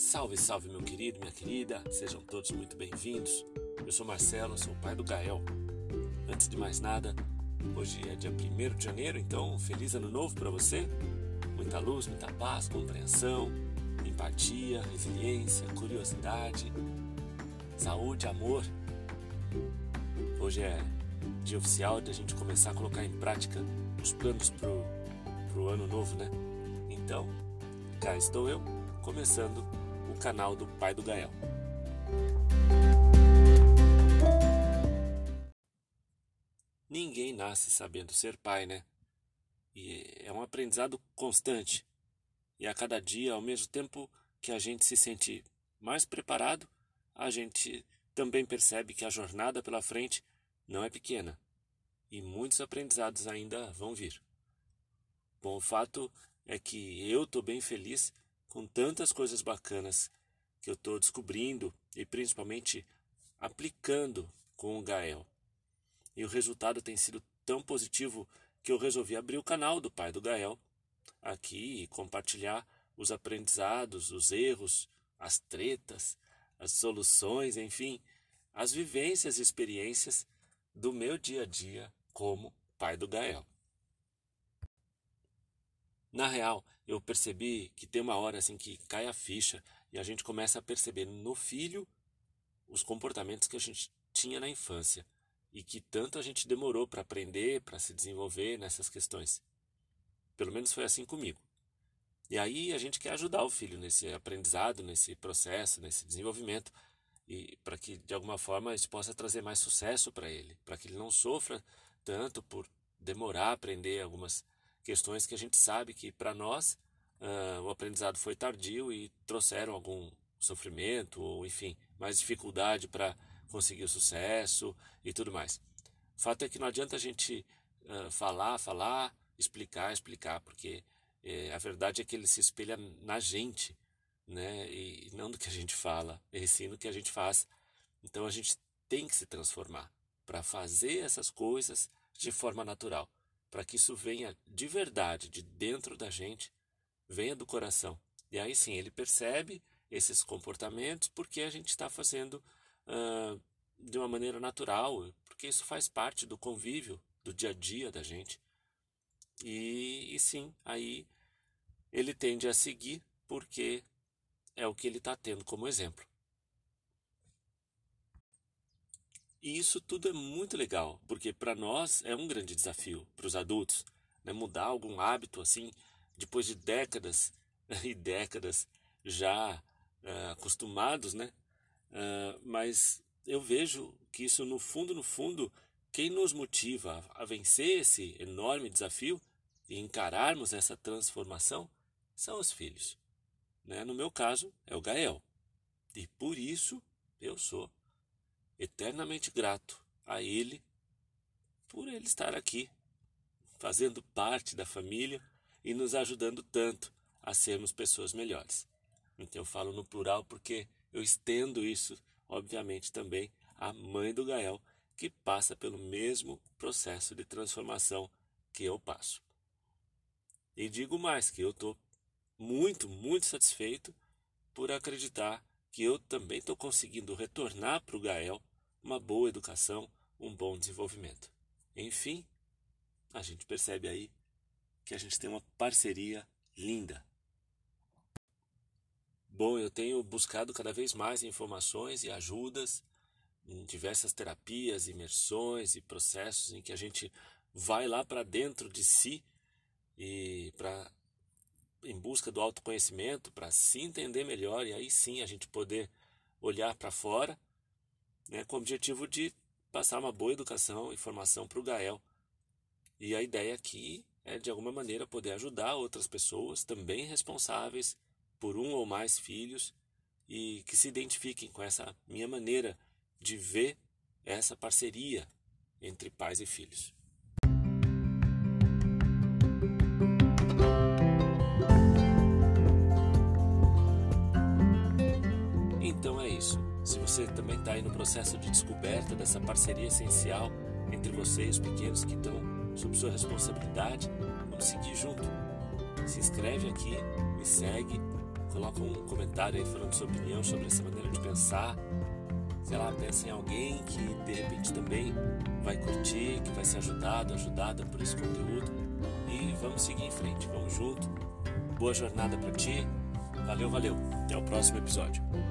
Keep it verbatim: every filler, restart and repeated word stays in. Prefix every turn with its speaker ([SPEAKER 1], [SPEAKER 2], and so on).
[SPEAKER 1] Salve, salve meu querido, minha querida, sejam todos muito bem-vindos. Eu sou Marcelo, sou o pai do Gael. Antes de mais nada, hoje é dia primeiro de janeiro, então feliz ano novo para você. Muita luz, muita paz, compreensão, empatia, resiliência, curiosidade, saúde, amor. Hoje é dia oficial de a gente começar a colocar em prática os planos pro, pro ano novo, né? Então, cá estou eu, começando o canal do Pai do Gael. Ninguém nasce sabendo ser pai, né? E é um aprendizado constante. E a cada dia, ao mesmo tempo que a gente se sente mais preparado, a gente também percebe que a jornada pela frente não é pequena. E muitos aprendizados ainda vão vir. Bom, o fato é que eu estou bem feliz com tantas coisas bacanas que eu estou descobrindo e principalmente aplicando com o Gael. E o resultado tem sido tão positivo que eu resolvi abrir o canal do Pai do Gael aqui e compartilhar os aprendizados, os erros, as tretas, as soluções, enfim, as vivências e experiências do meu dia a dia como pai do Gael. Na real, eu percebi que tem uma hora assim que cai a ficha e a gente começa a perceber no filho os comportamentos que a gente tinha na infância e que tanto a gente demorou para aprender, para se desenvolver nessas questões. Pelo menos foi assim comigo. E aí a gente quer ajudar o filho nesse aprendizado, nesse processo, nesse desenvolvimento, e para que de alguma forma isso possa trazer mais sucesso para ele, para que ele não sofra tanto por demorar a aprender algumas questões que a gente sabe que para nós uh, o aprendizado foi tardio e trouxeram algum sofrimento ou enfim, mais dificuldade para conseguir o sucesso e tudo mais. O fato é que não adianta a gente uh, falar, falar, explicar, explicar, porque eh, a verdade é que ele se espelha na gente, né? E não do que a gente fala, e sim no que a gente faz. Então a gente tem que se transformar para fazer essas coisas de forma natural, para que isso venha de verdade, de dentro da gente, venha do coração. E aí sim, ele percebe esses comportamentos porque a gente está fazendo uh, de uma maneira natural, porque isso faz parte do convívio, do dia a dia da gente. E, e sim, aí ele tende a seguir porque é o que ele está tendo como exemplo. E isso tudo é muito legal, porque para nós é um grande desafio, para os adultos, né? Mudar algum hábito assim, depois de décadas e décadas já uh, acostumados, né? Uh, mas eu vejo que isso no fundo, no fundo, quem nos motiva a vencer esse enorme desafio e encararmos essa transformação são os filhos, né? No meu caso é o Gael, e por isso eu sou eternamente grato a ele por ele estar aqui, fazendo parte da família e nos ajudando tanto a sermos pessoas melhores. Então eu falo no plural porque eu estendo isso, obviamente, também à mãe do Gael, que passa pelo mesmo processo de transformação que eu passo. E digo mais, que eu estou muito, muito satisfeito por acreditar que eu também estou conseguindo retornar para o Gael uma boa educação, um bom desenvolvimento. Enfim, a gente percebe aí que a gente tem uma parceria linda. Bom, eu tenho buscado cada vez mais informações e ajudas em diversas terapias, imersões e processos em que a gente vai lá para dentro de si e para em busca do autoconhecimento, para se entender melhor e aí sim a gente poder olhar para fora, né, com o objetivo de passar uma boa educação e formação para o Gael. E a ideia aqui é de alguma maneira poder ajudar outras pessoas também responsáveis por um ou mais filhos e que se identifiquem com essa minha maneira de ver essa parceria entre pais e filhos. Então é isso. Se você também está aí no processo de descoberta dessa parceria essencial entre você e os pequenos que estão sob sua responsabilidade, vamos seguir junto. Se inscreve aqui, me segue, coloca um comentário aí falando sua opinião sobre essa maneira de pensar. Sei lá, pensa em alguém que de repente também vai curtir, que vai ser ajudado, ajudada por esse conteúdo. E vamos seguir em frente, vamos junto. Boa jornada pra ti. Valeu, valeu. Até o próximo episódio.